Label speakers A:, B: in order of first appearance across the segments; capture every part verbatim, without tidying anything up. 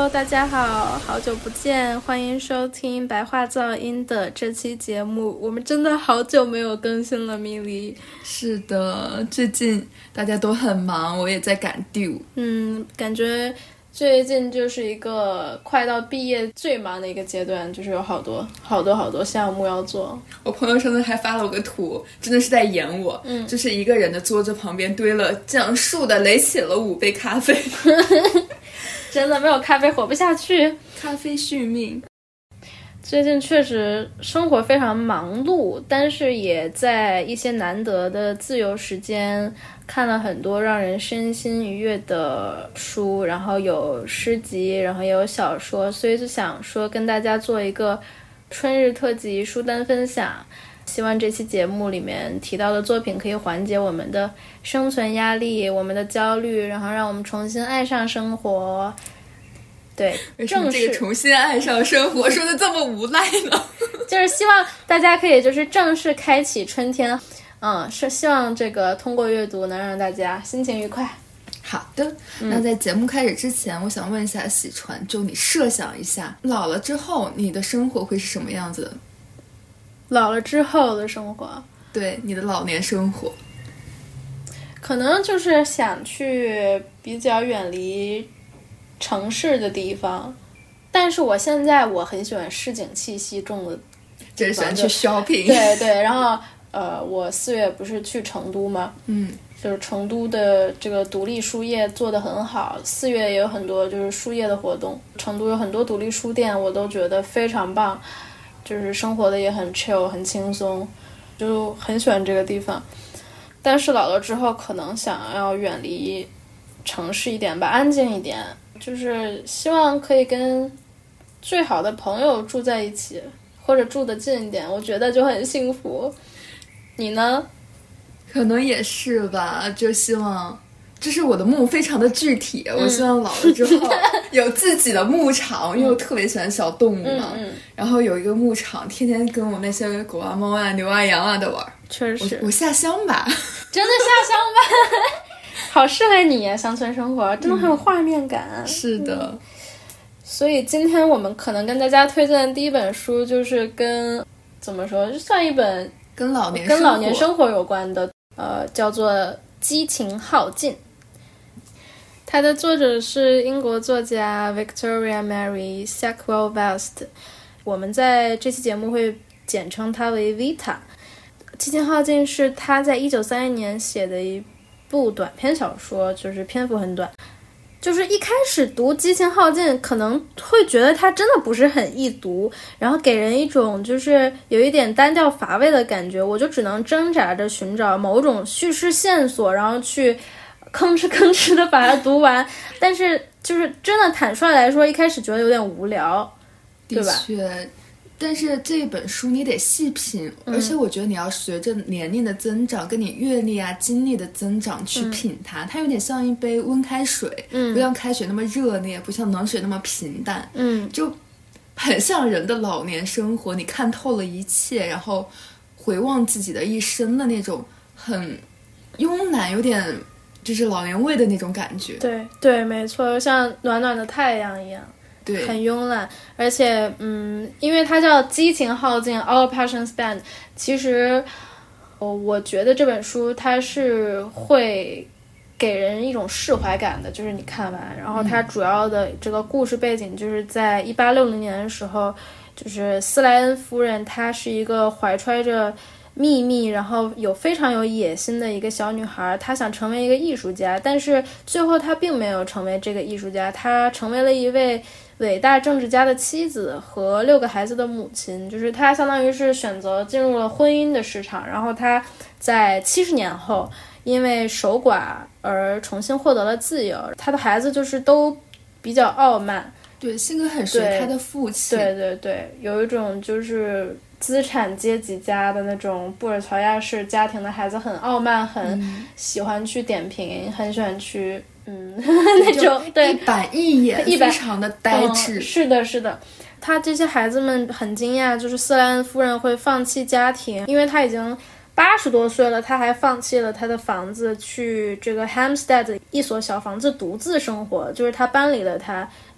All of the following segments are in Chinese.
A: 大家好，好久不见，欢迎收听白话噪音的这期节目。我们真的好久没有更新了，米莉。
B: 是的，最近大家都很忙，我也在赶 due。
A: 嗯，感觉最近就是一个快到毕业最忙的一个阶段，就是有好多好多好多项目要做。
B: 我朋友上次还发了我个图，真的是在演我，
A: 嗯，
B: 就是一个人的桌子旁边堆了讲述的垒起了五杯咖啡。
A: 真的没有咖啡活不下去，
B: 咖啡续命。
A: 最近确实生活非常忙碌，但是也在一些难得的自由时间看了很多让人身心愉悦的书，然后有诗集，然后也有小说，所以就想说跟大家做一个春日特辑书单分享。希望这期节目里面提到的作品可以缓解我们的生存压力，我们的焦虑，然后让我们重新爱上生活。对，
B: 为什么这个重新爱上生活说的这么无奈呢？
A: 就是希望大家可以就是正式开启春天，嗯，是希望这个通过阅读能让大家心情愉快。
B: 好的，嗯、那在节目开始之前，我想问一下喜传，就你设想一下，老了之后你的生活会是什么样子的？
A: 老了之后的生活，
B: 对，你的老年生活，
A: 可能就是想去比较远离城市的地方，但是我现在我很喜欢市井气息重的，
B: 就是喜欢去 shopping。
A: 对对，然后呃，我四月不是去成都吗？
B: 嗯，
A: 就是成都的这个独立书业做得很好，四月也有很多就是书业的活动，成都有很多独立书店，我都觉得非常棒。就是生活的也很 chill 很轻松，就很喜欢这个地方。但是老了之后可能想要远离城市一点吧，安静一点，就是希望可以跟最好的朋友住在一起，或者住得近一点，我觉得就很幸福。你呢？
B: 可能也是吧，就希望就是我的梦非常的具体、嗯、我希望老了之后有自己的牧场、嗯、因为我特别喜欢小动物嘛、
A: 嗯嗯、
B: 然后有一个牧场，天天跟我那些狗啊猫啊牛啊羊啊的玩。
A: 确实
B: 我, 我下乡吧，
A: 真的下乡吧。好适合你呀，乡村生活真的很有画面感、
B: 嗯、是的、
A: 嗯、所以今天我们可能跟大家推荐的第一本书就是跟怎么说，就算一本
B: 跟老年
A: 跟老年生活有关的，呃，叫做激情耗尽。它的作者是英国作家 Victoria Mary Sackville West， 我们在这期节目会简称它为 Vita。 激情耗尽是他在一九三一年写的一部短篇小说，就是篇幅很短。就是一开始读激情耗尽可能会觉得它真的不是很易读，然后给人一种就是有一点单调乏味的感觉，我就只能挣扎着寻找某种叙事线索，然后去吭哧吭哧的把它读完。但是就是真的坦率来说，一开始觉得有点无聊，对吧？
B: 的确，但是这本书你得细品、嗯、而且我觉得你要随着年龄的增长跟你阅历啊经历的增长去品它、嗯、它有点像一杯温开水，嗯，不像开水那么热烈，不像冷水那么平淡，
A: 嗯，
B: 就很像人的老年生活，你看透了一切，然后回望自己的一生的那种很慵懒，有点就是老年味的那种感觉。
A: 对对，没错，像暖暖的太阳一样，
B: 对，
A: 很慵懒。而且嗯，因为它叫激情耗尽 All Passion Spent， 其实、哦、我觉得这本书它是会给人一种释怀感的，就是你看完，然后它主要的这个故事背景就是在一八六零年的时候，就是斯莱恩夫人，她是一个怀揣着秘密然后有非常有野心的一个小女孩，她想成为一个艺术家，但是最后她并没有成为这个艺术家，她成为了一位伟大政治家的妻子和六个孩子的母亲，就是她相当于是选择进入了婚姻的市场，然后她在七十年后因为守寡而重新获得了自由。她的孩子就是都比较傲慢，
B: 对，性格很随他的父亲，
A: 对对对，有一种就是资产阶级家的那种布尔乔亚式家庭的孩子，很傲慢，很喜欢去点评、嗯、很喜欢去嗯那种对
B: 一板一眼，非常的呆滞、
A: 嗯、是的是的。他这些孩子们很惊讶，就是斯莱恩夫人会放弃家庭，因为他已经八十多岁了，他还放弃了他的房子，去这个 Hampstead 一所小房子独自生活，就是他搬离了他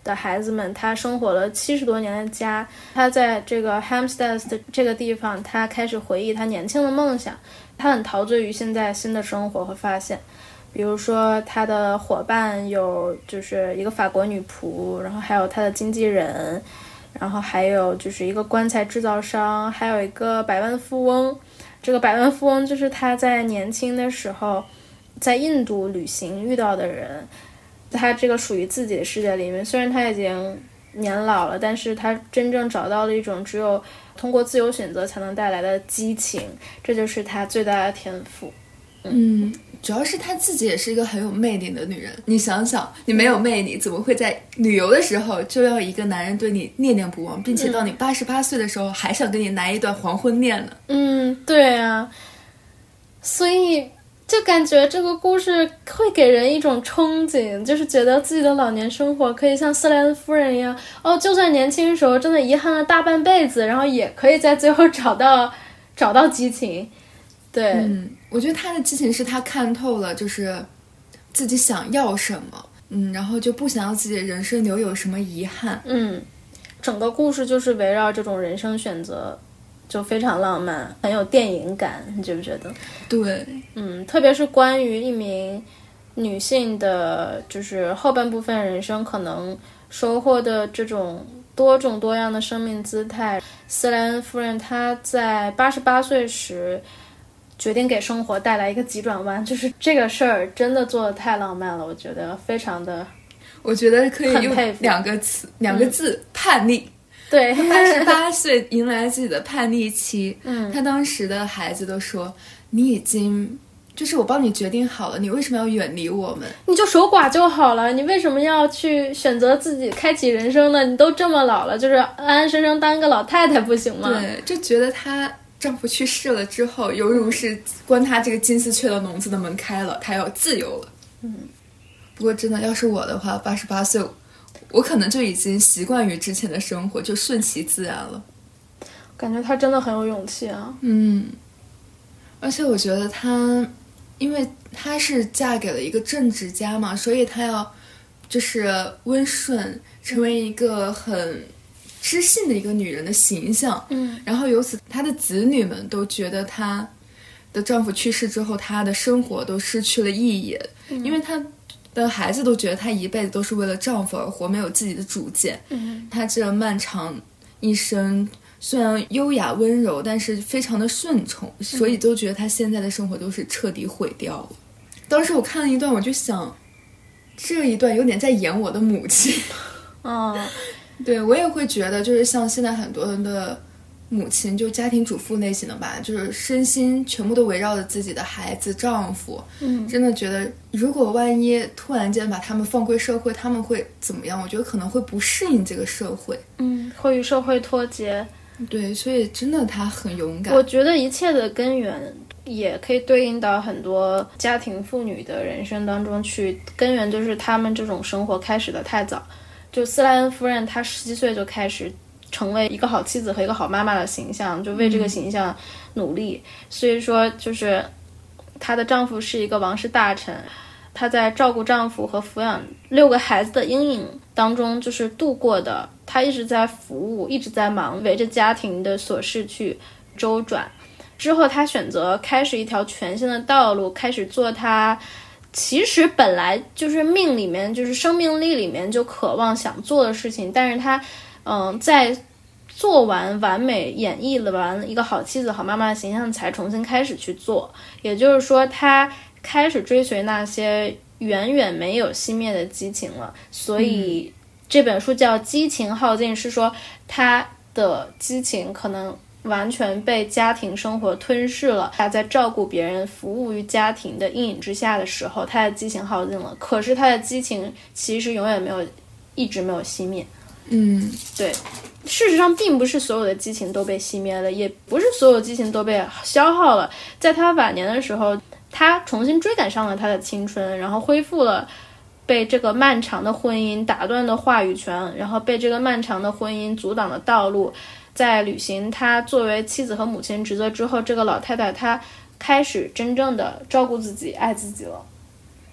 A: 的孩子们，他生活了七十多年的家，他在这个 Hampstead 的这个地方，他开始回忆他年轻的梦想，他很陶醉于现在新的生活和发现。比如说他的伙伴有就是一个法国女仆，然后还有他的经纪人，然后还有就是一个棺材制造商，还有一个百万富翁。这个百万富翁就是他在年轻的时候在印度旅行遇到的人，他这个属于自己的世界里面，虽然他已经年老了，但是他真正找到了一种只有通过自由选择才能带来的激情，这就是他最大的天赋。
B: 嗯，主要是她自己也是一个很有魅力的女人。你想想，你没有魅力，怎么会在旅游的时候就要一个男人对你念念不忘，并且到你八十八岁的时候还想跟你来一段黄昏恋呢？
A: 嗯，对啊，所以就感觉这个故事会给人一种憧憬，就是觉得自己的老年生活可以像斯莱恩夫人一样，哦，就算年轻时候真的遗憾了大半辈子，然后也可以在最后找到找到激情。对，
B: 嗯，我觉得他的激情是他看透了，就是自己想要什么，嗯，然后就不想要自己的人生留有什么遗憾。
A: 嗯，整个故事就是围绕这种人生选择，就非常浪漫，很有电影感，你觉不觉得？
B: 对，
A: 嗯，特别是关于一名女性的，就是后半部分人生可能收获的这种多种多样的生命姿态。斯莱恩夫人她在八十八岁时决定给生活带来一个急转弯，就是这个事儿真的做得太浪漫了，我觉得非常的，
B: 我觉得可以用两个词，两个字、嗯，叛逆。
A: 对，
B: 他八十八岁迎来自己的叛逆期。
A: 嗯，
B: 他当时的孩子都说：“你已经，就是我帮你决定好了，你为什么要远离我们？
A: 你就守寡就好了，你为什么要去选择自己开启人生呢？你都这么老了，就是安安生生当一个老太太不行吗？”
B: 对，就觉得她丈夫去世了之后，犹如是关她这个金丝雀的笼子的门开了，她要自由了。
A: 嗯，
B: 不过真的，要是我的话，八十八岁。我可能就已经习惯于之前的生活，就顺其自然了。
A: 感觉她真的很有勇气啊。
B: 嗯，而且我觉得她，因为她是嫁给了一个政治家嘛，所以她要就是温顺，成为一个很知性的一个女人的形象。
A: 嗯，
B: 然后由此她的子女们都觉得她的丈夫去世之后，她的生活都失去了意义，
A: 嗯、
B: 因为她的孩子都觉得她一辈子都是为了丈夫而活，没有自己的主见。
A: 嗯，
B: 她这漫长一生虽然优雅温柔，但是非常的顺从，所以都觉得她现在的生活都是彻底毁掉了。当时我看了一段，我就想，这一段有点在演我的母亲。
A: 哦，
B: 对，我也会觉得，就是像现在很多人的母亲，就家庭主妇类型的吧，就是身心全部都围绕着自己的孩子、丈夫。
A: 嗯，
B: 真的觉得，如果万一突然间把他们放归社会，他们会怎么样？我觉得可能会不适应这个社会，
A: 嗯，会与社会脱节。
B: 对，所以真的她很勇敢。
A: 我觉得一切的根源也可以对应到很多家庭妇女的人生当中去，根源就是他们这种生活开始的太早。就斯莱恩夫人，她十七岁就开始成为一个好妻子和一个好妈妈的形象，就为这个形象努力。嗯、所以说，就是她的丈夫是一个王室大臣，她在照顾丈夫和抚养六个孩子的阴影当中，就是度过的。她一直在服务，一直在忙，围着家庭的琐事去周转。之后，她选择开始一条全新的道路，开始做她其实本来就是命里面，就是生命力里面就渴望想做的事情，但是她嗯，在做完完美演绎了完一个好妻子好妈妈的形象才重新开始去做。也就是说，她开始追随那些远远没有熄灭的激情了。所以、嗯、这本书叫激情耗尽，是说她的激情可能完全被家庭生活吞噬了。她在照顾别人服务于家庭的阴影之下的时候，她的激情耗尽了，可是她的激情其实永远没有一直没有熄灭。
B: 嗯，
A: 对，事实上并不是所有的激情都被熄灭了，也不是所有激情都被消耗了。在他晚年的时候，他重新追赶上了他的青春，然后恢复了被这个漫长的婚姻打断的话语权，然后被这个漫长的婚姻阻挡的道路。在履行他作为妻子和母亲职责之后，这个老太太她开始真正的照顾自己、爱自己了。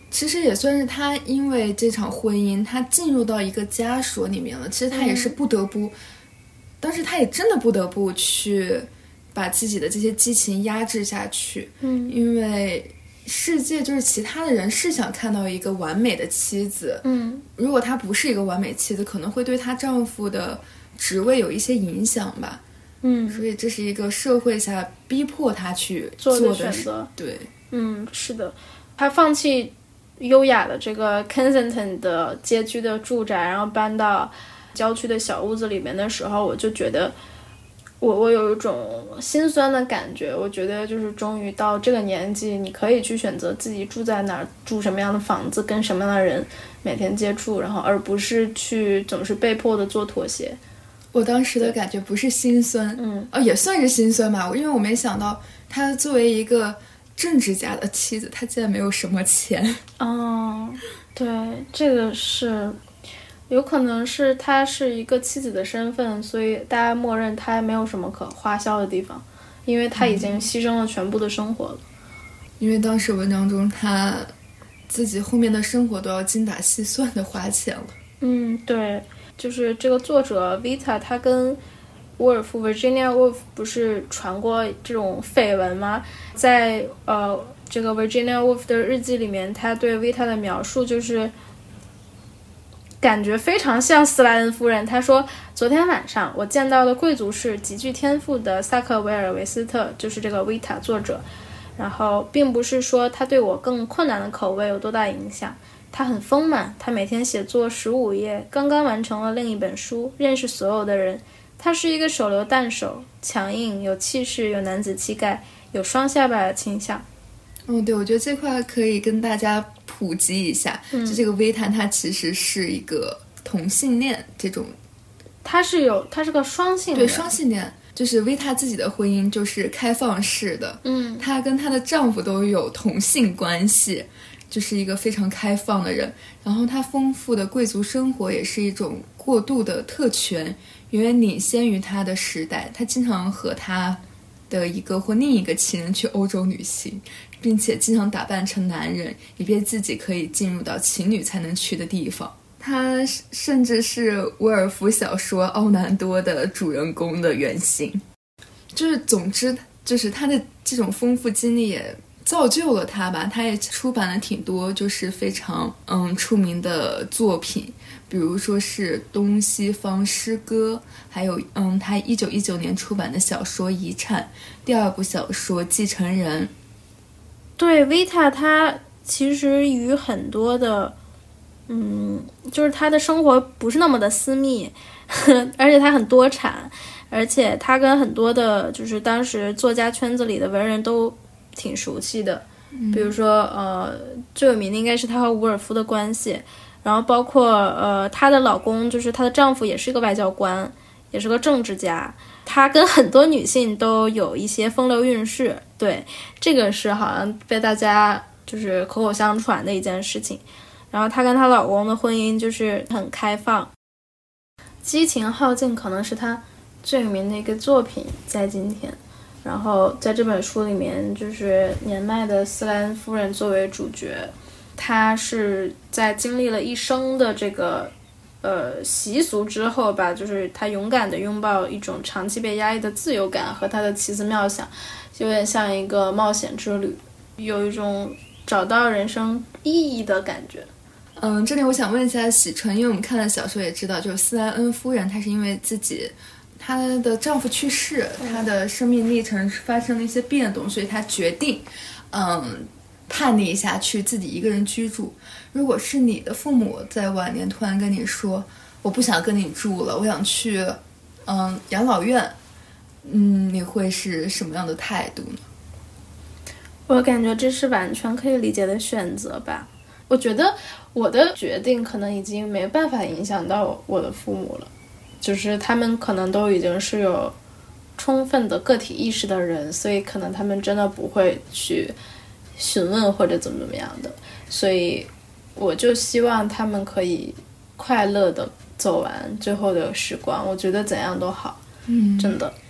B: 其实也算是他因为这场婚姻他进入到一个枷锁里面了，其实他也是不得不、嗯、但是他也真的不得不去把自己的这些激情压制下去。
A: 嗯，
B: 因为世界就是其他的人是想看到一个完美的妻子，
A: 嗯，
B: 如果她不是一个完美妻子，可能会对她丈夫的职位有一些影响吧。
A: 嗯，
B: 所以这是一个社会下逼迫她去
A: 做
B: 的
A: 选择。
B: 对，
A: 嗯，是的，她放弃优雅的这个 Kensington 的街区的住宅，然后搬到郊区的小屋子里面的时候，我就觉得我我有一种心酸的感觉。我觉得就是终于到这个年纪，你可以去选择自己住在哪儿，住什么样的房子，跟什么样的人每天接触，然后而不是去总是被迫的做妥协。
B: 我当时的感觉不是心酸，
A: 嗯，
B: 哦，也算是心酸吧，因为我没想到她作为一个政治家的妻子，她竟然没有什么钱。
A: 哦，对，这个是有可能是她是一个妻子的身份，所以大家默认她没有什么可花销的地方，因为她已经牺牲了全部的生活了。嗯、
B: 因为当时文章中她自己后面的生活都要精打细算的花钱了。
A: 嗯，对，就是这个作者 Vita 她跟沃尔夫 Virginia Woolf 不是传过这种绯闻吗？在呃这个 Virginia Woolf 的日记里面，他对 Vita 的描述就是感觉非常像斯莱恩夫人。他说，昨天晚上我见到的贵族是极具天赋的萨克维尔维斯特，就是这个 Vita 作者，然后并不是说他对我更困难的口味有多大影响，他很丰满，他每天写作十五页，刚刚完成了另一本书，认识所有的人。他是一个手榴弹手，强硬，有气势，有男子气概，有双下巴的倾向。
B: 哦，对，我觉得这块可以跟大家普及一下，嗯、就这个微谈，它其实是一个同性恋这种，
A: 他是有，他是个双性恋，
B: 对，双性恋，就是薇塔自己的婚姻就是开放式的，
A: 嗯，
B: 她跟她的丈夫都有同性关系，就是一个非常开放的人。然后她丰富的贵族生活也是一种过度的特权，远远领先于她的时代。她经常和她的一个或另一个情人去欧洲旅行，并且经常打扮成男人，以便自己可以进入到情侣才能去的地方。他甚至是威尔夫小说《奥南多》的主人公的原型。就是总之，就是他的这种丰富经历也造就了他吧。他也出版了挺多就是非常嗯出名的作品，比如说是东西方诗歌，还有嗯他一九一九年出版的小说《遗产》，第二部小说《继承人》。
A: 对，维塔他其实与很多的嗯，就是他的生活不是那么的私密，而且他很多产，而且他跟很多的就是当时作家圈子里的文人都挺熟悉的，
B: 嗯、
A: 比如说呃最有名的应该是他和伍尔夫的关系，然后包括呃她的老公就是她的丈夫也是一个外交官，也是个政治家，她跟很多女性都有一些风流韵事。对，这个是好像被大家就是口口相传的一件事情。然后她跟她老公的婚姻就是很开放，激情耗尽可能是她最有名的一个作品在今天。然后在这本书里面，就是年迈的斯莱恩夫人作为主角，她是在经历了一生的这个呃习俗之后吧，就是她勇敢地拥抱一种长期被压抑的自由感和她的奇思妙想，有点像一个冒险之旅，有一种找到人生意义的感觉。
B: 嗯，这里我想问一下喜纯，因为我们看了小说也知道，就是斯莱恩夫人她是因为自己她的丈夫去世，她的生命历程发生了一些变动，所以她决定嗯叛逆一下，去自己一个人居住。如果是你的父母在晚年突然跟你说我不想跟你住了，我想去嗯养老院，嗯，你会是什么样的态度呢？
A: 我感觉这是完全可以理解的选择吧。我觉得我的决定可能已经没办法影响到我的父母了，就是他们可能都已经是有充分的个体意识的人，所以可能他们真的不会去询问或者怎么怎么样的，所以我就希望他们可以快乐的走完最后的时光，我觉得怎样都好，
B: 嗯，
A: 真的。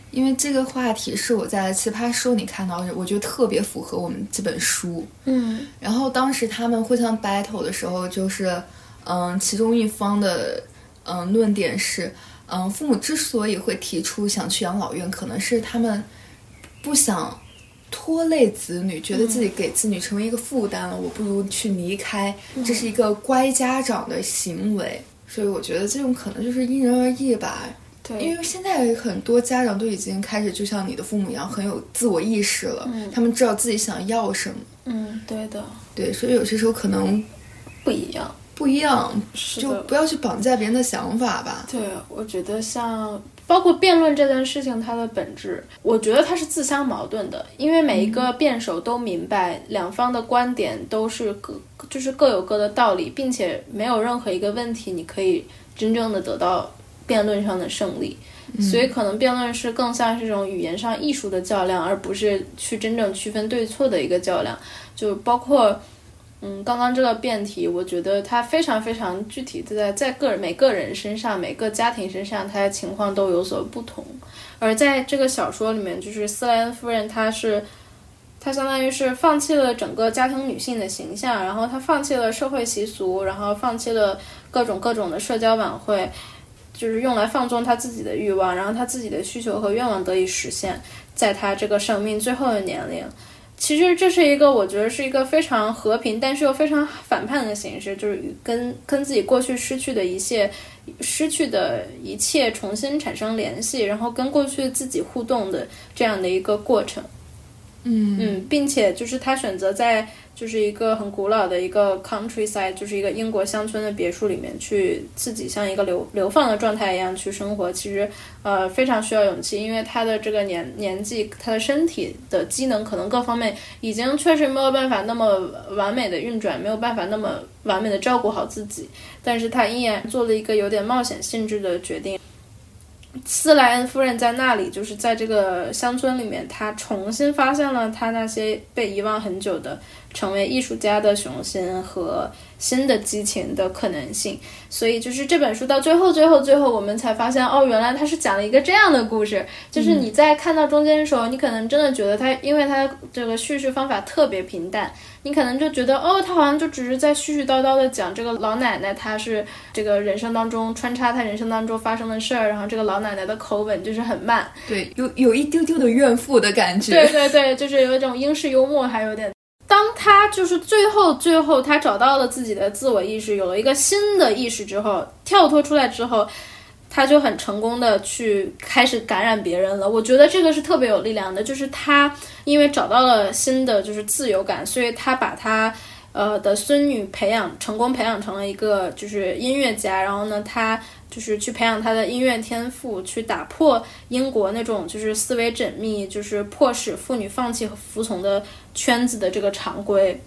B: 因为这个话题是我在奇葩说里看到的，我觉得特别符合我们这本书。
A: 嗯，
B: 然后当时他们互相 battle 的时候，就是嗯，其中一方的嗯论点是，嗯，父母之所以会提出想去养老院，可能是他们不想拖累子女，觉得自己给子女成为一个负担了，嗯、我不如去离开，这是一个乖家长的行为。所以我觉得这种可能就是因人而异吧。
A: 对，
B: 因为现在很多家长都已经开始就像你的父母一样很有自我意识了，
A: 嗯、
B: 他们知道自己想要什么。
A: 嗯，对的，
B: 对，所以有些时候可能
A: 不一样，
B: 不一样，
A: 就
B: 不要去绑架别人的想法吧。
A: 对，我觉得像包括辩论这件事情，它的本质，我觉得它是自相矛盾的，因为每一个辩手都明白两方的观点都是各就是各有各的道理，并且没有任何一个问题你可以真正的得到辩论上的胜利，所以可能辩论是更像是这种语言上艺术的较量，而不是去真正区分对错的一个较量。就包括嗯，刚刚这个辩题，我觉得它非常非常具体的在在个人每个人身上，每个家庭身上，它的情况都有所不同。而在这个小说里面，就是斯莱恩夫人，她是她相当于是放弃了整个家庭女性的形象，然后她放弃了社会习俗，然后放弃了各种各种的社交晚会，就是用来放纵她自己的欲望，然后她自己的需求和愿望得以实现，在她这个生命最后的年龄。其实这是一个我觉得是一个非常和平但是又非常反叛的形式，就是跟跟自己过去失去的一切失去的一切重新产生联系，然后跟过去自己互动的这样的一个过程。
B: 嗯
A: 嗯，并且就是他选择在就是一个很古老的一个 countryside， 就是一个英国乡村的别墅里面去自己像一个流流放的状态一样去生活，其实呃非常需要勇气，因为他的这个年年纪，他的身体的机能可能各方面已经确实没有办法那么完美的运转，没有办法那么完美的照顾好自己，但是他依然做了一个有点冒险性质的决定。斯莱恩夫人在那里，就是在这个乡村里面，她重新发现了她那些被遗忘很久的成为艺术家的雄心和新的激情的可能性。所以就是这本书到最后最后最后我们才发现，哦，原来它是讲了一个这样的故事。就是你在看到中间的时候，你可能真的觉得它，因为它这个叙事方法特别平淡，你可能就觉得哦，他好像就只是在絮絮叨叨的讲这个老奶奶，她是这个人生当中穿插她人生当中发生的事儿，然后这个老奶奶的口吻就是很慢，
B: 对，有有一丢丢的怨妇的感觉，
A: 对对对，就是有一种英式幽默，还有点。当他就是最后最后他找到了自己的自我意识，有了一个新的意识之后，跳脱出来之后，他就很成功的去开始感染别人了。我觉得这个是特别有力量的，就是他因为找到了新的就是自由感，所以他把他呃的孙女培养成功培养成了一个就是音乐家，然后呢他就是去培养他的音乐天赋，去打破英国那种就是思维缜密，就是迫使妇女放弃和服从的圈子的这个常规。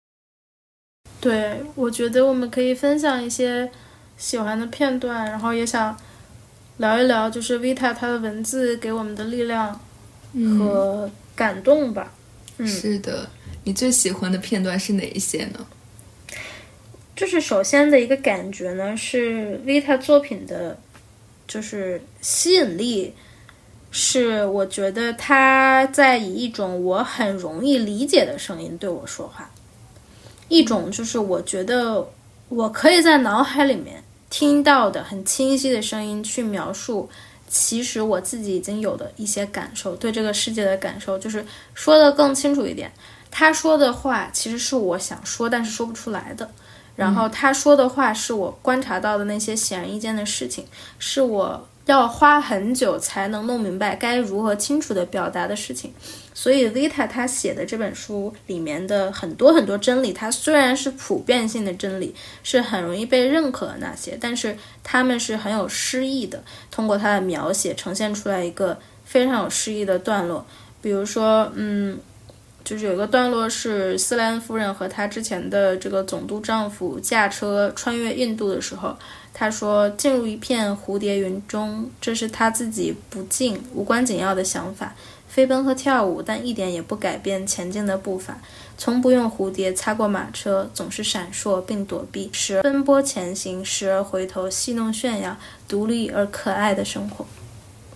A: 对，我觉得我们可以分享一些喜欢的片段，然后也想聊一聊就是 Vita 她的文字给我们的力量和感动吧。
B: 嗯，是的，你最喜欢的片段是哪一些呢？
A: 就是首先的一个感觉呢，是 Vita 作品的就是吸引力，是我觉得他在以一种我很容易理解的声音对我说话，一种就是我觉得我可以在脑海里面听到的很清晰的声音去描述其实我自己已经有的一些感受，对这个世界的感受，就是说得更清楚一点，他说的话其实是我想说但是说不出来的，然后他说的话是我观察到的那些显而易见的事情，是我要花很久才能弄明白该如何清楚地表达的事情。所以 Vita 他写的这本书里面的很多很多真理，它虽然是普遍性的真理，是很容易被认可的那些，但是他们是很有诗意的，通过他的描写呈现出来一个非常有诗意的段落。比如说嗯就是有一个段落是斯莱恩夫人和她之前的这个总督丈夫驾车穿越印度的时候，她说进入一片蝴蝶云中，这是她自己不近无关紧要的想法，飞奔和跳舞，但一点也不改变前进的步伐，从不用蝴蝶擦过马车，总是闪烁并躲避，时而奔波前行，时而回头戏弄炫耀，独立而可爱的生活。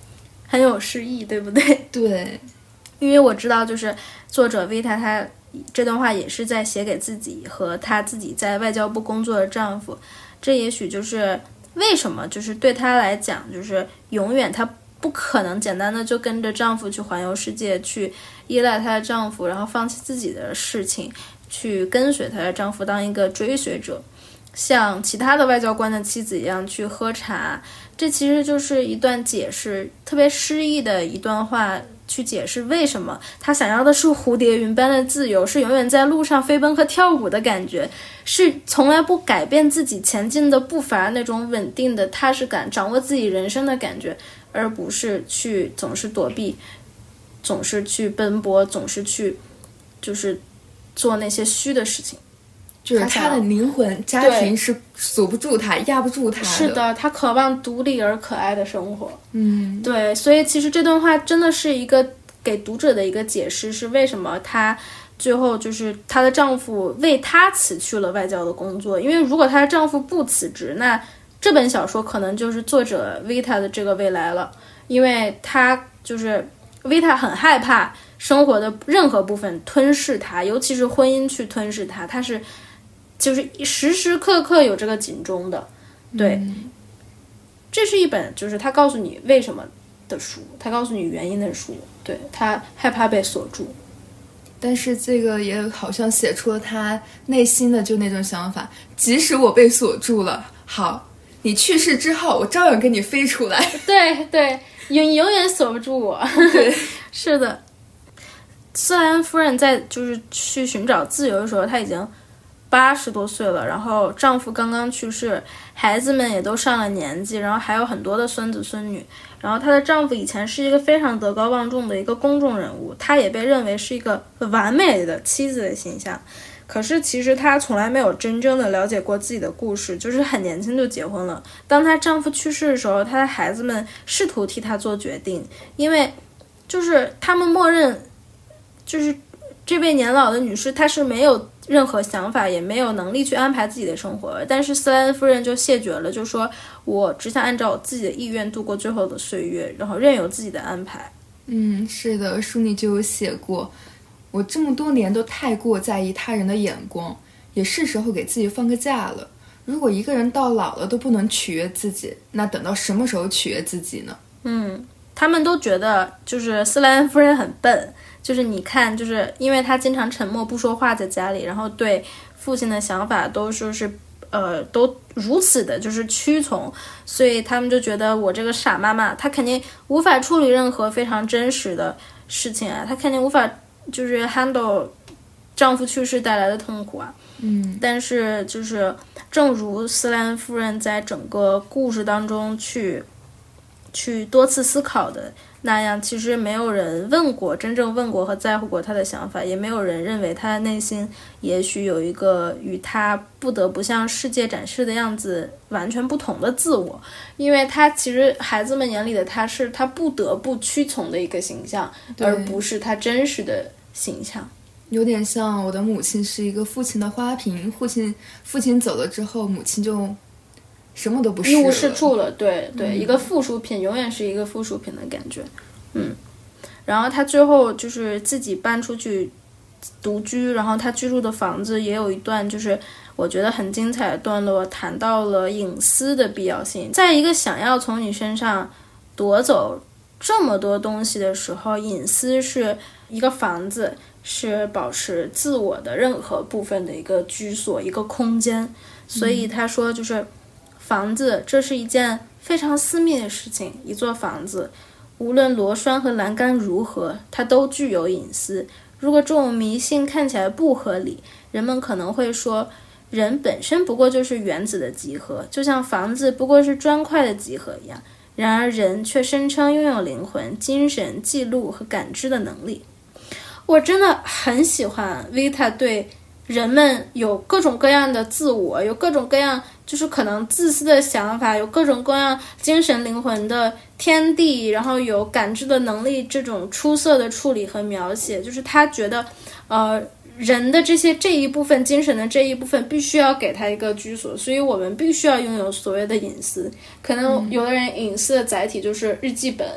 A: 很有诗意，对不对？
B: 对，
A: 因为我知道就是作者 Vita 她这段话也是在写给自己和她自己在外交部工作的丈夫，这也许就是为什么就是对她来讲就是永远她不可能简单的就跟着丈夫去环游世界，去依赖她的丈夫，然后放弃自己的事情，去跟随她的丈夫当一个追随者，像其他的外交官的妻子一样去喝茶。这其实就是一段解释，特别诗意的一段话，去解释为什么他想要的是蝴蝶云般的自由，是永远在路上飞奔和跳舞的感觉，是从来不改变自己前进的步伐，那种稳定的踏实感，掌握自己人生的感觉，而不是去总是躲避，总是去奔波，总是去就是做那些虚的事情。
B: 就是他的灵魂家庭是锁不住他，压不住他的。
A: 是的，他渴望独立而可爱的生活。
B: 嗯，
A: 对，所以其实这段话真的是一个给读者的一个解释，是为什么她最后就是她的丈夫为她辞去了外交的工作。因为如果她的丈夫不辞职，那这本小说可能就是作者 Vita 的这个未来了，因为她就是 Vita 很害怕生活的任何部分吞噬她，尤其是婚姻去吞噬她，她是就是时时刻刻有这个警钟的。对、嗯、这是一本就是他告诉你为什么的书，他告诉你原因的书。对，他害怕被锁住，
B: 但是这个也好像写出了他内心的就那种想法，即使我被锁住了，好，你去世之后我照样跟你飞出来。
A: 对对，你永远锁不住我。
B: 对，
A: 是的。斯莱恩夫人在就是去寻找自由的时候，她已经八十多岁了，然后丈夫刚刚去世，孩子们也都上了年纪，然后还有很多的孙子孙女。然后她的丈夫以前是一个非常德高望重的一个公众人物，她也被认为是一个完美的妻子的形象。可是其实她从来没有真正的了解过自己的故事，就是很年轻就结婚了。当她丈夫去世的时候，她的孩子们试图替她做决定，因为就是他们默认就是这位年老的女士她是没有任何想法，也没有能力去安排自己的生活。但是斯莱恩夫人就谢绝了，就说我只想按照我自己的意愿度过最后的岁月，然后任由自己的安排。
B: 嗯，是的，书里就有写过，我这么多年都太过在意他人的眼光，也是时候给自己放个假了。如果一个人到老了都不能取悦自己，那等到什么时候取悦自己呢？
A: 嗯，他们都觉得就是斯莱恩夫人很笨，就是你看，就是因为他经常沉默不说话在家里，然后对父亲的想法都说是呃都如此的就是屈从，所以他们就觉得我这个傻妈妈她肯定无法处理任何非常真实的事情啊，她肯定无法就是 handle 丈夫去世带来的痛苦啊。
B: 嗯，
A: 但是就是正如斯莱恩夫人在整个故事当中去去多次思考的那样，其实没有人问过真正问过和在乎过他的想法，也没有人认为他的内心也许有一个与他不得不向世界展示的样子完全不同的自我，因为他其实孩子们眼里的他是他不得不屈从的一个形象，而不是他真实的形象。
B: 有点像我的母亲是一个父亲的花瓶，父亲父亲走了之后，母亲就什么都不是了，
A: 一无是处了。对对、嗯、一个附属品永远是一个附属品的感觉。嗯，然后他最后就是自己搬出去独居，然后他居住的房子也有一段就是我觉得很精彩的段落，谈到了隐私的必要性。在一个想要从你身上夺走这么多东西的时候，隐私是一个房子是保持自我的任何部分的一个居所，一个空间。所以他说就是房子这是一件非常私密的事情，一座房子无论螺栓和栏杆如何，它都具有隐私。如果这种迷信看起来不合理，人们可能会说人本身不过就是原子的集合，就像房子不过是砖块的集合一样，然而人却声称拥有灵魂、精神、记录和感知的能力。我真的很喜欢 Vita 对人们有各种各样的自我，有各种各样就是可能自私的想法，有各种各样精神灵魂的天地，然后有感知的能力，这种出色的处理和描写，就是他觉得呃人的这些这一部分精神的这一部分必须要给他一个居所，所以我们必须要拥有所谓的隐私。可能有的人隐私的载体就是日记本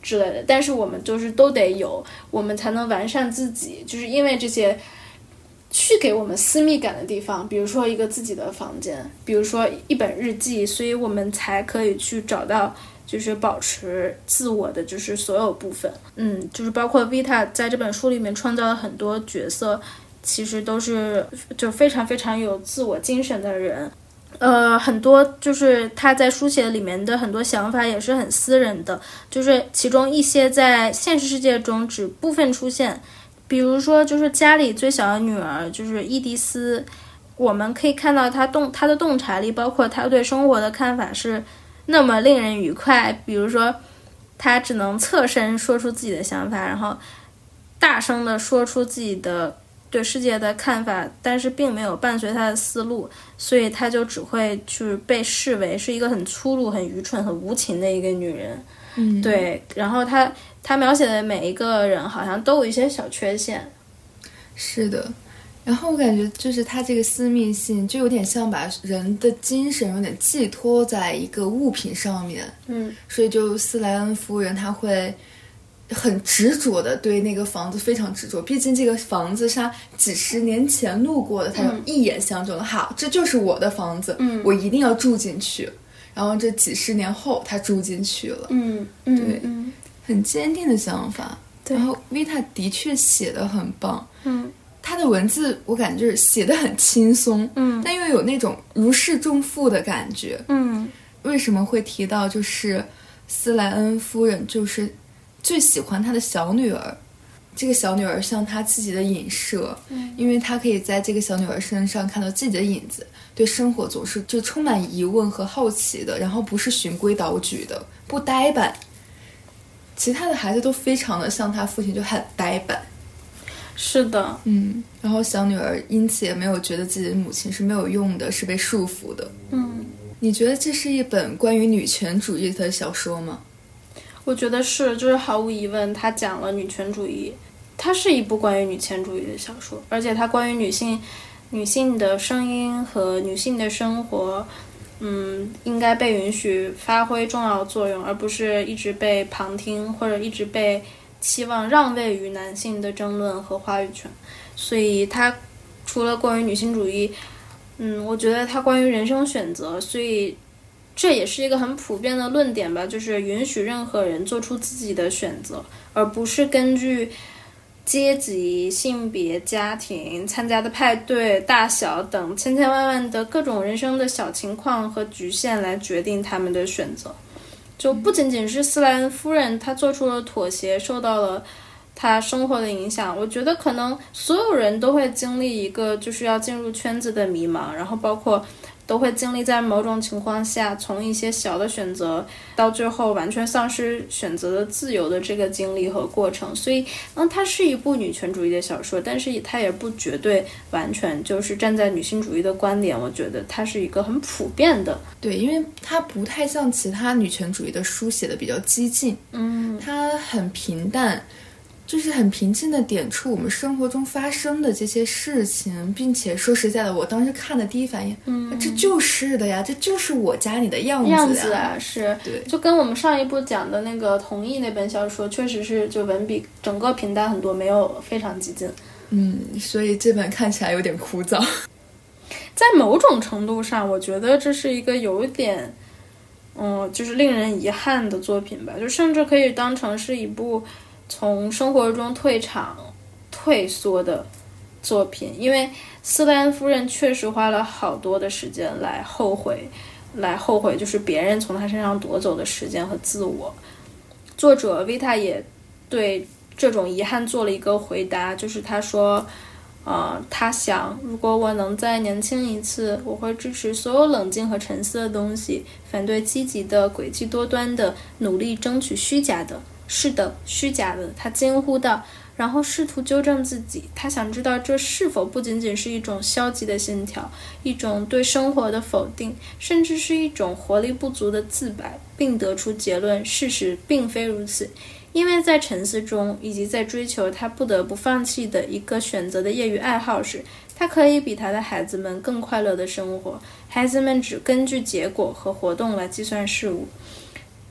A: 之类的，但是我们就是都得有，我们才能完善自己，就是因为这些去给我们私密感的地方，比如说一个自己的房间，比如说一本日记，所以我们才可以去找到就是保持自我的就是所有部分。嗯，就是包括 Vita 在这本书里面创造了很多角色，其实都是就非常非常有自我精神的人。呃，很多就是他在书写里面的很多想法也是很私人的，就是其中一些在现实世界中只部分出现，比如说就是家里最小的女儿就是伊迪丝，我们可以看到她洞她的洞察力，包括她对生活的看法是那么令人愉快。比如说她只能侧身说出自己的想法，然后大声地说出自己的对世界的看法，但是并没有伴随她的思路，所以她就只会去被视为是一个很粗鲁、很愚蠢、很无情的一个女人。
B: 嗯，
A: 对，然后她她描写的每一个人好像都有一些小缺陷。
B: 是的，然后我感觉就是他这个私密性就有点像把人的精神有点寄托在一个物品上面。
A: 嗯，
B: 所以就斯莱恩夫人她会很执着的对那个房子非常执着，毕竟这个房子是他几十年前路过的，他就一眼相中了，好，这就是我的房子，
A: 嗯，
B: 我一定要住进去。然后这几十年后他住进去了。
A: 嗯嗯，
B: 对，
A: 嗯，
B: 很坚定的想法。
A: 对，
B: 然后 Vita 的确写得很棒。
A: 嗯，
B: 他的文字我感觉就是写得很轻松，
A: 嗯，
B: 但又有那种如释重负的感觉。
A: 嗯，
B: 为什么会提到就是斯莱恩夫人就是最喜欢她的小女儿，这个小女儿像她自己的影射，
A: 嗯，
B: 因为她可以在这个小女儿身上看到自己的影子，对生活总是就充满疑问和好奇的，然后不是循规蹈矩的，不呆板。其他的孩子都非常的像她父亲，就很呆板。
A: 是的，
B: 嗯，然后小女儿因此也没有觉得自己的母亲是没有用的，是被束缚的。
A: 嗯，
B: 你觉得这是一本关于女权主义的小说吗？
A: 我觉得是，就是毫无疑问，他讲了女权主义，它是一部关于女权主义的小说，而且它关于女性、女性的声音和女性的生活，嗯，应该被允许发挥重要作用，而不是一直被旁听或者一直被期望让位于男性的争论和话语权。所以它除了关于女性主义，嗯，我觉得它关于人生选择，所以这也是一个很普遍的论点吧，就是允许任何人做出自己的选择，而不是根据阶级、性别、家庭、参加的派对大小等千千万万的各种人生的小情况和局限来决定他们的选择。就不仅仅是斯莱恩夫人她做出了妥协，受到了她生活的影响，我觉得可能所有人都会经历一个就是要进入圈子的迷茫，然后包括都会经历在某种情况下从一些小的选择到最后完全丧失选择的自由的这个经历和过程。所以嗯，它是一部女权主义的小说，但是它也不绝对完全就是站在女性主义的观点，我觉得它是一个很普遍的。
B: 对，因为它不太像其他女权主义的书写的比较激进，
A: 嗯，
B: 它很平淡，就是很平静地点出我们生活中发生的这些事情，并且说实在的，我当时看的第一反应，嗯，这就是的呀，这就是我家里的样子呀，
A: 样子啊，是，
B: 对，
A: 就跟我们上一部讲的那个《同意》那本小说，确实是就文笔整个平淡很多，没有非常激进。
B: 嗯，所以这本看起来有点枯燥。
A: 在某种程度上，我觉得这是一个有一点，嗯，就是令人遗憾的作品吧，就甚至可以当成是一部从生活中退场、退缩的作品，因为斯莱恩夫人确实花了好多的时间来后悔，来后悔就是别人从她身上夺走的时间和自我。作者维塔也对这种遗憾做了一个回答，就是他说呃，他想如果我能再年轻一次，我会支持所有冷静和沉思的东西，反对积极的、诡计多端的，努力争取虚假的。是的，虚假的，他惊呼道，然后试图纠正自己。他想知道这是否不仅仅是一种消极的信条，一种对生活的否定，甚至是一种活力不足的自白，并得出结论，事实并非如此。因为在沉思中，以及在追求他不得不放弃的一个选择的业余爱好时，他可以比他的孩子们更快乐的生活。孩子们只根据结果和活动来计算事物。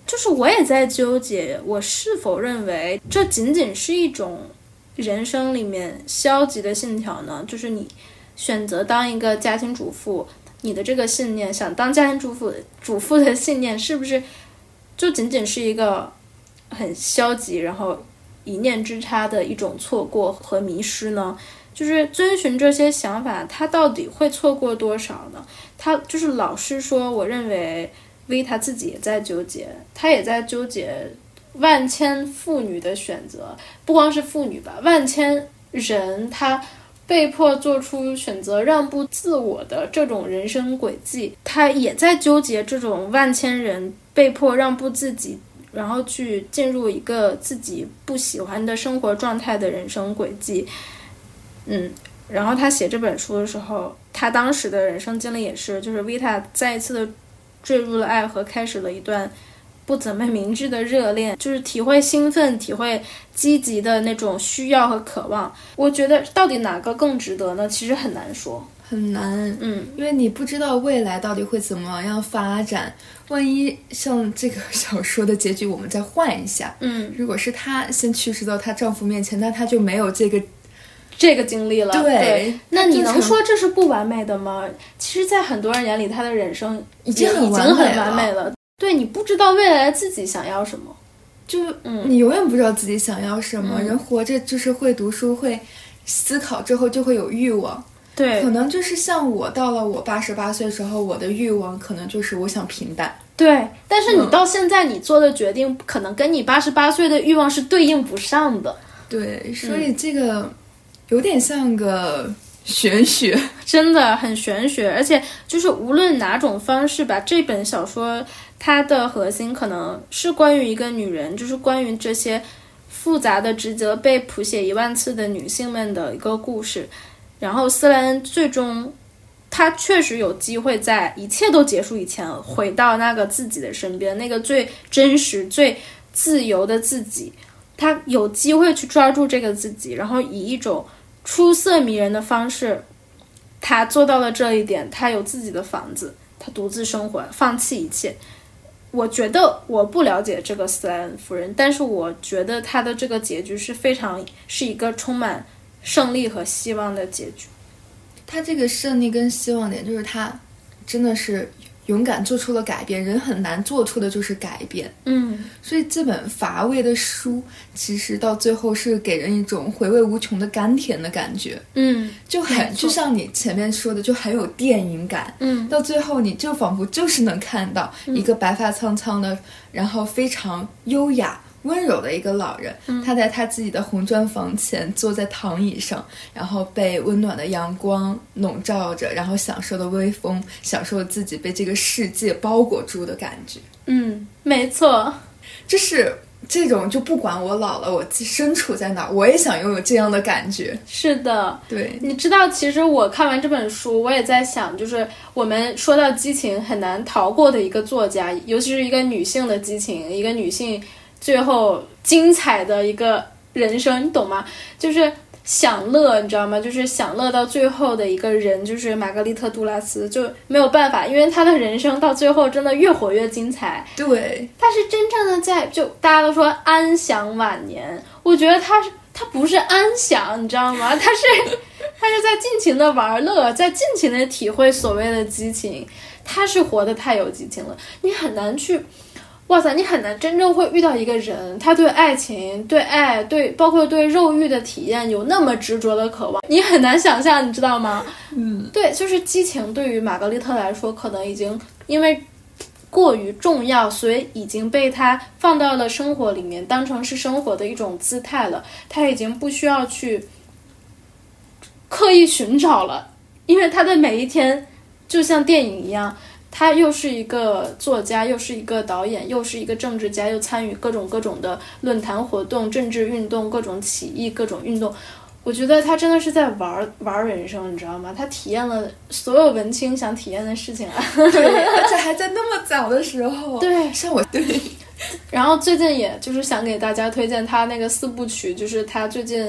A: 就是我也在纠结，我是否认为这仅仅是一种人生里面消极的信条呢？就是你选择当一个家庭主妇，你的这个信念，想当家庭主妇主妇的信念，是不是就仅仅是一个很消极，然后一念之差的一种错过和迷失呢？就是遵循这些想法，他到底会错过多少呢？他就是老实说，我认为 V 他自己也在纠结，他也在纠结万千妇女的选择，不光是妇女吧，万千人他被迫做出选择让步自我的这种人生轨迹，他也在纠结这种万千人被迫让步自己，然后去进入一个自己不喜欢的生活状态的人生轨迹。嗯，然后他写这本书的时候，他当时的人生经历也是，就是 Vita 再一次的坠入了爱河，开始了一段不怎么明智的热恋，就是体会兴奋，体会积极的那种需要和渴望。我觉得到底哪个更值得呢？其实很难说，
B: 很难。
A: 嗯，
B: 因为你不知道未来到底会怎么样发展。万一像这个小说的结局我们再换一下，
A: 嗯，
B: 如果是她先去世到她丈夫面前，那她就没有这个
A: 这个经历了。
B: 对,
A: 对，那你能说这是不完美的吗？其实在很多人眼里，他的人生
B: 已经很
A: 完美了，已经很完美了。对，你不知道未来自己想要什么，
B: 就、
A: 嗯、
B: 你永远不知道自己想要什么、
A: 嗯、
B: 人活着就是会读书，会思考，之后就会有欲望。
A: 对，
B: 可能就是像我到了我八十八岁之后，我的欲望可能就是我想平淡。
A: 对，但是你到现在你做的决定、嗯、可能跟你八十八岁的欲望是对应不上的。
B: 对，所以这个有点像个玄学，
A: 真的很玄学。而且就是无论哪种方式吧，这本小说它的核心可能是关于一个女人，就是关于这些复杂的职责被谱写一万次的女性们的一个故事。然后斯莱恩最终她确实有机会在一切都结束以前回到那个自己的身边，那个最真实最自由的自己，她有机会去抓住这个自己，然后以一种出色迷人的方式，她做到了这一点。她有自己的房子，她独自生活，放弃一切。我觉得我不了解这个斯莱恩夫人，但是我觉得她的这个结局是非常是一个充满胜利和希望的结局。
B: 她这个胜利跟希望点就是她真的是勇敢做出了改变，人很难做出的就是改变。
A: 嗯，
B: 所以这本乏味的书其实到最后是给人一种回味无穷的甘甜的感觉。
A: 嗯，
B: 就很就像你前面说的，就很有电影感。
A: 嗯，
B: 到最后你就仿佛就是能看到一个白发苍苍的、嗯、然后非常优雅温柔的一个老人、嗯、他在他自己的红砖房前坐在躺椅上，然后被温暖的阳光笼罩着，然后享受的微风，享受自己被这个世界包裹住的感觉。
A: 嗯，没错，
B: 就是这种就不管我老了我身处在哪，我也想拥有这样的感觉。
A: 是的，
B: 对，
A: 你知道其实我看完这本书我也在想，就是我们说到激情很难逃过的一个作家，尤其是一个女性的激情，一个女性最后精彩的一个人生，你懂吗？就是享乐，你知道吗？就是享乐到最后的一个人，就是玛格丽特·杜拉斯，就没有办法，因为他的人生到最后真的越活越精彩。
B: 对，
A: 他是真正的在，就大家都说安享晚年，我觉得他是他不是安享，你知道吗？他是他是在尽情的玩乐，在尽情的体会所谓的激情。他是活得太有激情了，你很难去。哇塞，你很难真正会遇到一个人，他对爱情、对爱、对包括对肉欲的体验有那么执着的渴望，你很难想象，你知道吗？
B: 嗯，
A: 对，就是激情对于玛格丽特来说，可能已经因为过于重要，所以已经被他放到了生活里面，当成是生活的一种姿态了。他已经不需要去刻意寻找了，因为他的每一天就像电影一样。他又是一个作家，又是一个导演，又是一个政治家，又参与各种各种的论坛活动、政治运动、各种起义、各种运动。我觉得他真的是在玩玩人生，你知道吗？他体验了所有文青想体验的事情啊！
B: 对，而且还在那么早的时候。
A: 对，
B: 像我对。
A: 然后最近也就是想给大家推荐他那个四部曲，就是他最近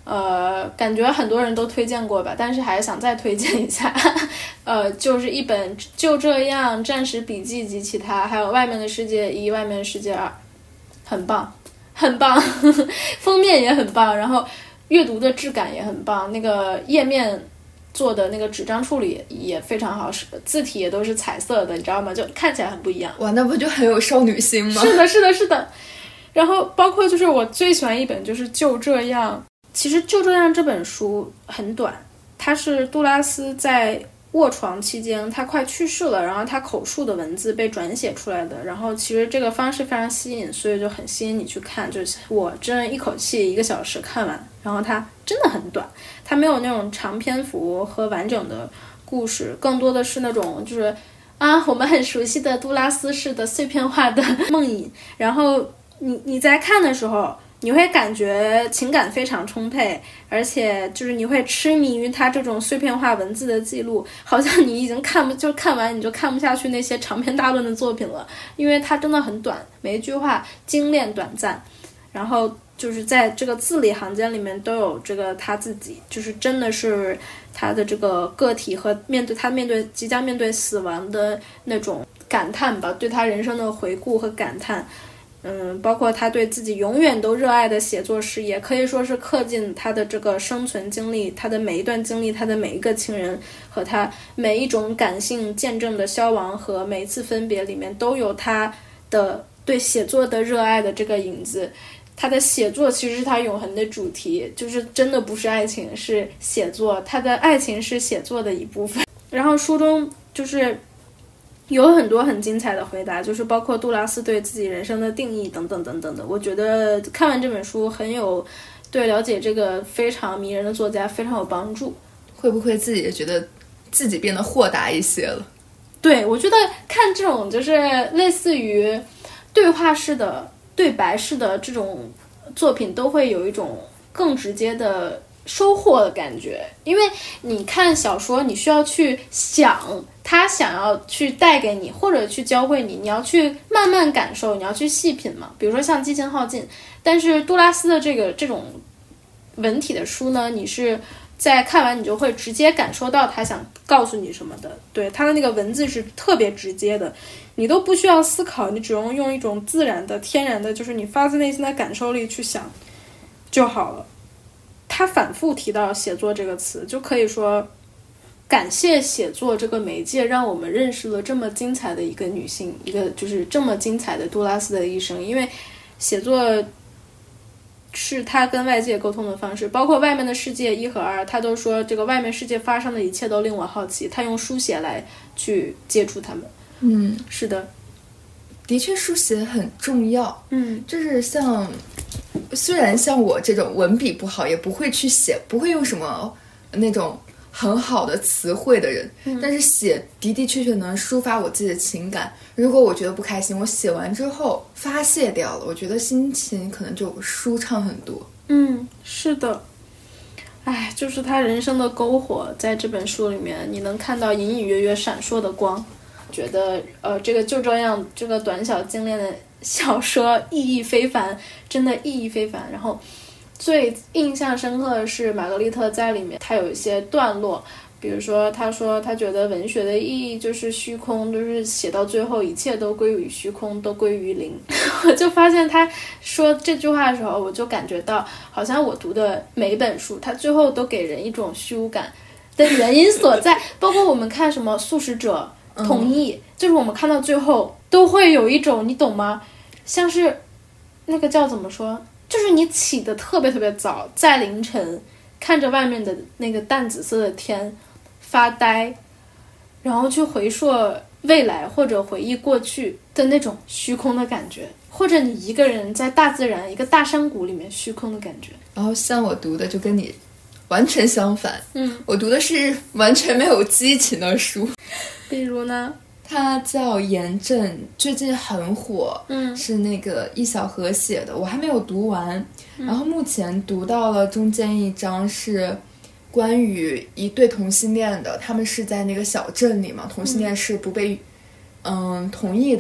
A: 呃，感觉很多人都推荐过吧，但是还是想再推荐一下。呃，就是一本《就这样：战时笔记及其他》，还有《外面的世界一》《外面的世界二》，很棒，很棒，封面也很棒，然后阅读的质感也很棒，那个页面做的那个纸张处理也非常好，字体也都是彩色的，你知道吗？就看起来很不一样。
B: 哇，那不就很有少女心吗？
A: 是的，是的，是的。然后包括就是我最喜欢一本就是《就这样》。其实就这样这本书很短，它是杜拉斯在卧床期间他快去世了，然后他口述的文字被转写出来的，然后其实这个方式非常吸引，所以就很吸引你去看，就是我真一口气一个小时看完，然后它真的很短，它没有那种长篇幅和完整的故事，更多的是那种就是啊我们很熟悉的杜拉斯式的碎片化的梦呓，然后你你在看的时候你会感觉情感非常充沛，而且就是你会痴迷于他这种碎片化文字的记录，好像你已经看不就看完你就看不下去那些长篇大论的作品了，因为它真的很短，每一句话精炼短暂，然后就是在这个字里行间里面都有这个他自己，就是真的是他的这个个体和面对他面对即将面对死亡的那种感叹吧，对他人生的回顾和感叹。嗯，包括他对自己永远都热爱的写作事业，可以说是刻进他的这个生存经历，他的每一段经历，他的每一个情人和他每一种感性见证的消亡和每一次分别里面都有他的对写作的热爱的这个影子。他的写作其实是他永恒的主题，就是真的不是爱情，是写作，他的爱情是写作的一部分。然后书中就是有很多很精彩的回答，就是包括杜拉斯对自己人生的定义等等等等的。我觉得看完这本书很有对了解这个非常迷人的作家非常有帮助。
B: 会不会自己也觉得自己变得豁达一些了？
A: 对，我觉得看这种就是类似于对话式的对白式的这种作品都会有一种更直接的收获的感觉，因为你看小说你需要去想他想要去带给你或者去教会你，你要去慢慢感受，你要去细品嘛，比如说像激情耗尽。但是杜拉斯的这个这种文体的书呢，你是在看完你就会直接感受到他想告诉你什么的，对，他的那个文字是特别直接的，你都不需要思考，你只用用一种自然的天然的就是你发自内心的感受力去想就好了。他反复提到写作这个词，就可以说感谢写作这个媒介让我们认识了这么精彩的一个女性，一个就是这么精彩的杜拉斯的一生。因为写作是他跟外界沟通的方式，包括外面的世界一和二，他都说这个外面世界发生的一切都令我好奇，他用书写来去接触他们。
B: 嗯，
A: 是的，
B: 的确书写很重要。
A: 嗯，
B: 就是像虽然像我这种文笔不好，也不会去写，不会用什么那种很好的词汇的人、嗯、但是写的的确确能抒发我自己的情感。如果我觉得不开心，我写完之后发泄掉了，我觉得心情可能就舒畅很多。
A: 嗯，是的。哎，就是他人生的篝火在这本书里面你能看到隐隐约约闪烁的光。觉得呃，这个就这样这个短小精炼的小说意义非凡，真的意义非凡。然后最印象深刻的是玛格丽特在里面她有一些段落，比如说她说她觉得文学的意义就是虚空，就是写到最后一切都归于虚空，都归于零。我就发现她说这句话的时候，我就感觉到好像我读的每本书它最后都给人一种虚无感的原因所在。包括我们看什么素食者同意、嗯、就是我们看到最后都会有一种你懂吗，像是那个叫怎么说，就是你起得特别特别早，在凌晨看着外面的那个淡紫色的天发呆，然后去回溯未来或者回忆过去的那种虚空的感觉，或者你一个人在大自然一个大山谷里面虚空的感觉。
B: 然后像我读的就跟你完全相反，
A: 嗯，
B: 我读的是完全没有激情的书。
A: 比如呢？
B: 它叫严正，最近很火，
A: 嗯，
B: 是那个易小河写的，我还没有读完、嗯、然后目前读到了中间一章是关于一对同性恋的，他们是在那个小镇里嘛，同性恋是不被嗯同意的，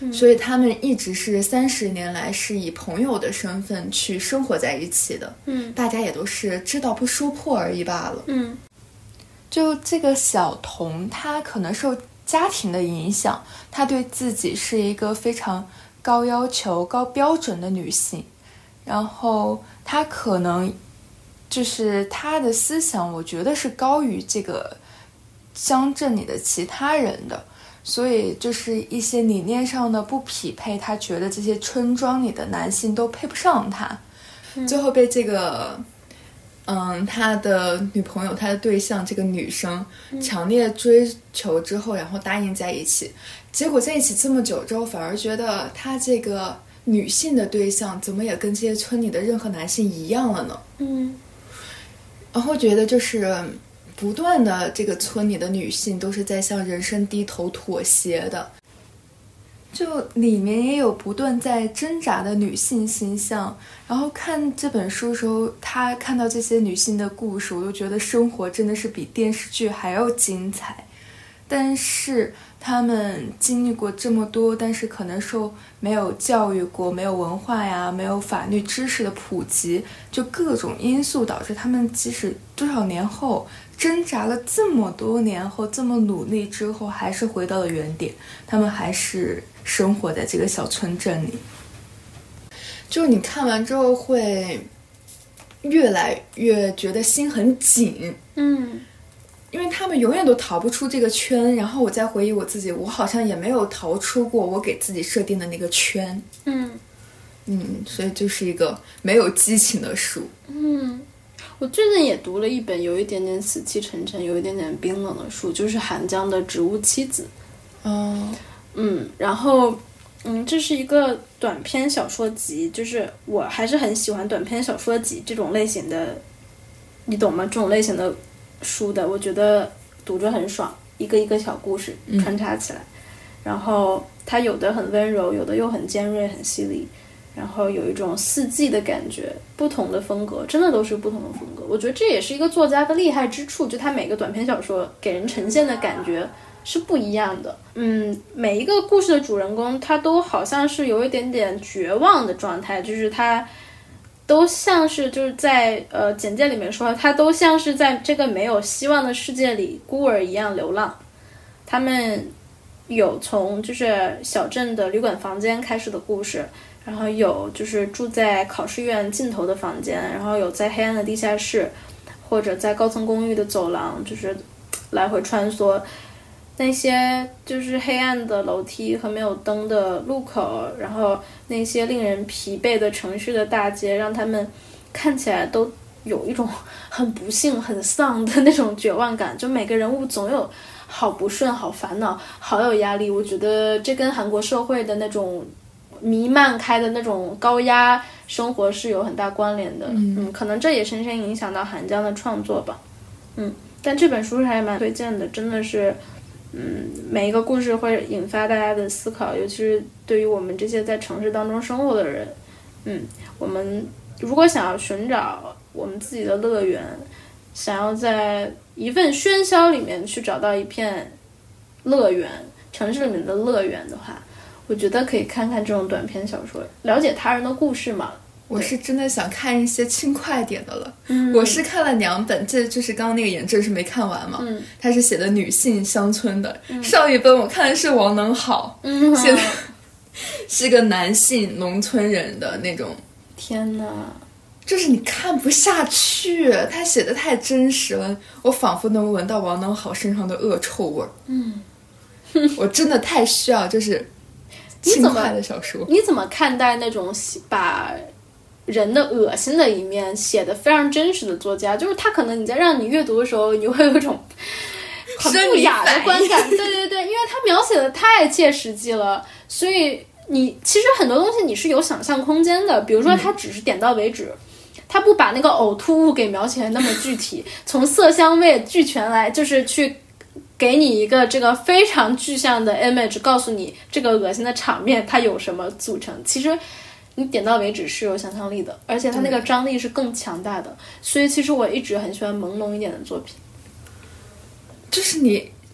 B: 嗯、所以他们一直是三十年来是以朋友的身份去生活在一起的。
A: 嗯，
B: 大家也都是知道不说破而已罢了。
A: 嗯，
B: 就这个小童，他可能受家庭的影响，他对自己是一个非常高要求、高标准的女性，然后他可能就是他的思想，我觉得是高于这个乡镇里的其他人的，所以就是一些理念上的不匹配，他觉得这些村庄里的男性都配不上他，嗯、最后被这个嗯他的女朋友他的对象这个女生强烈追求之后，然后答应在一起，结果在一起这么久之后，反而觉得他这个女性的对象怎么也跟这些村里的任何男性一样了呢？
A: 嗯，
B: 然后觉得就是不断的这个村里的女性都是在向人生低头妥协的，就里面也有不断在挣扎的女性形象。然后看这本书的时候，他看到这些女性的故事，我就觉得生活真的是比电视剧还要精彩。但是他们经历过这么多，但是可能受没有教育过，没有文化呀，没有法律知识的普及，就各种因素导致他们即使多少年后挣扎了这么多年后，这么努力之后，还是回到了原点，他们还是生活在这个小村镇里。就你看完之后会越来越觉得心很紧，
A: 嗯，
B: 因为他们永远都逃不出这个圈，然后我再回忆我自己，我好像也没有逃出过我给自己设定的那个圈。
A: 嗯
B: 嗯，所以就是一个没有激情的书。
A: 嗯，我最近也读了一本有一点点死气沉沉，有一点点冰冷的书，就是韩江的《植物妻子》。
B: 哦，
A: 嗯，然后嗯，这是一个短篇小说集，就是我还是很喜欢短篇小说集这种类型的，你懂吗？这种类型的书的，我觉得读着很爽，一个一个小故事穿插起来，嗯、然后它有的很温柔，有的又很尖锐很犀利，然后有一种四季的感觉，不同的风格，真的都是不同的风格。我觉得这也是一个作家的厉害之处，就他每个短篇小说给人呈现的感觉是不一样的。嗯，每一个故事的主人公他都好像是有一点点绝望的状态，就是他都像是就是在呃简介里面说，他都像是在这个没有希望的世界里孤儿一样流浪。他们有从就是小镇的旅馆房间开始的故事，然后有就是住在考试院尽头的房间，然后有在黑暗的地下室，或者在高层公寓的走廊就是来回穿梭，那些就是黑暗的楼梯和没有灯的路口，然后那些令人疲惫的城市的大街，让他们看起来都有一种很不幸很丧的那种绝望感，就每个人物总有好不顺好烦恼好有压力。我觉得这跟韩国社会的那种弥漫开的那种高压生活是有很大关联的。 嗯, 嗯可能这也深深影响到韩江的创作吧。嗯，但这本书还蛮推荐的，真的是嗯，每一个故事会引发大家的思考，尤其是对于我们这些在城市当中生活的人。嗯，我们如果想要寻找我们自己的乐园，想要在一份喧嚣里面去找到一片乐园，城市里面的乐园的话，我觉得可以看看这种短篇小说，了解他人的故事嘛。
B: 我是真的想看一些轻快点的了。
A: 嗯，
B: 我是看了两本，这就是刚刚那个眼证是没看完嘛。
A: 嗯，
B: 他是写的女性乡村的。嗯、上一本我看的是王能好，
A: 嗯，
B: 写的是个男性农村人的那种。
A: 天哪，
B: 就是你看不下去，他写的太真实了，我仿佛能闻到王能好身上的恶臭味。
A: 嗯，
B: 我真的太需要就是轻快的小说。
A: 你怎么, 你怎么看待那种把人的恶心的一面写得非常真实的作家？就是他可能你在让你阅读的时候，你会有一种很不雅的观感。对对对，因为他描写的太切实际了，所以你其实很多东西你是有想象空间的。比如说他只是点到为止，嗯、他不把那个呕吐物给描写的那么具体，从色香味俱全来，就是去给你一个这个非常具象的 image， 告诉你这个恶心的场面它有什么组成。其实你点到为止是有想象力的，而且它那个张力是更强大的。所以其实我一直很喜欢朦胧一点的作品，
B: 就是你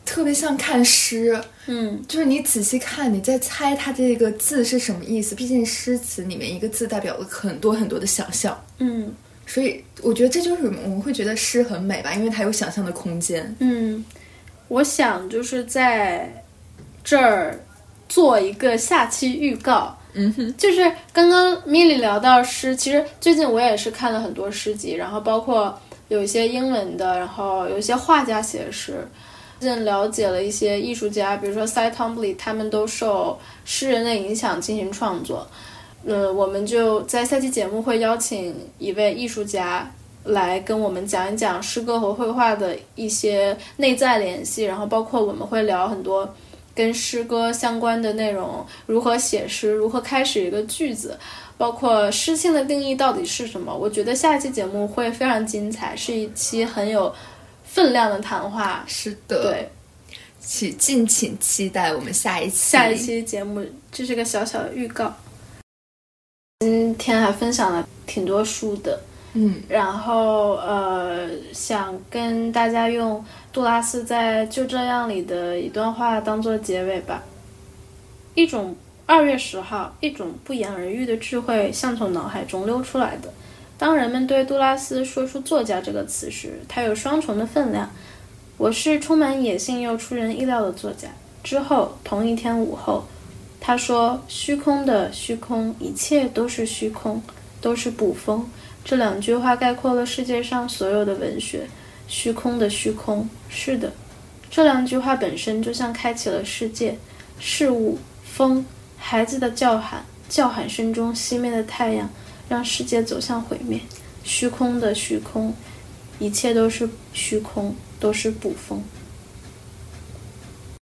B: 特别像看诗，
A: 嗯，
B: 就是你仔细看，你在猜它这个字是什么意思。毕竟诗词里面一个字代表了很多很多的想象，
A: 嗯，
B: 所以我觉得这就是我们会觉得诗很美吧，因为它有想象的空间。
A: 嗯，我想就是在这儿做一个下期预告。
B: 嗯哼，
A: 就是刚刚米莉聊到诗，其实最近我也是看了很多诗集，然后包括有一些英文的，然后有一些画家写的诗。最近了解了一些艺术家，比如说 Cy Twombly， 他们都受诗人的影响进行创作。呃，我们就在下期节目会邀请一位艺术家来跟我们讲一讲诗歌和绘画的一些内在联系，然后包括我们会聊很多跟诗歌相关的内容，如何写诗，如何开始一个句子，包括诗性的定义到底是什么。我觉得下一期节目会非常精彩，是一期很有分量的谈话。
B: 是的，
A: 对，
B: 请敬请期待我们下一期
A: 下一期节目，这是个小小的预告。今天还分享了挺多书的，
B: 嗯，
A: 然后呃，想跟大家用杜拉斯在《就这样》里的一段话当做结尾吧。一种二月十号，一种不言而喻的智慧像从脑海中溜出来的。当人们对杜拉斯说出作家这个词时，它有双重的分量。我是充满野性又出人意料的作家。之后同一天午后，他说虚空的虚空，一切都是虚空，都是捕风。这两句话概括了世界上所有的文学。虚空的虚空，是的，这两句话本身就像开启了世界。事物，风，孩子的叫喊，叫喊声中熄灭的太阳，让世界走向毁灭。虚空的虚空，一切都是虚空，都是捕风。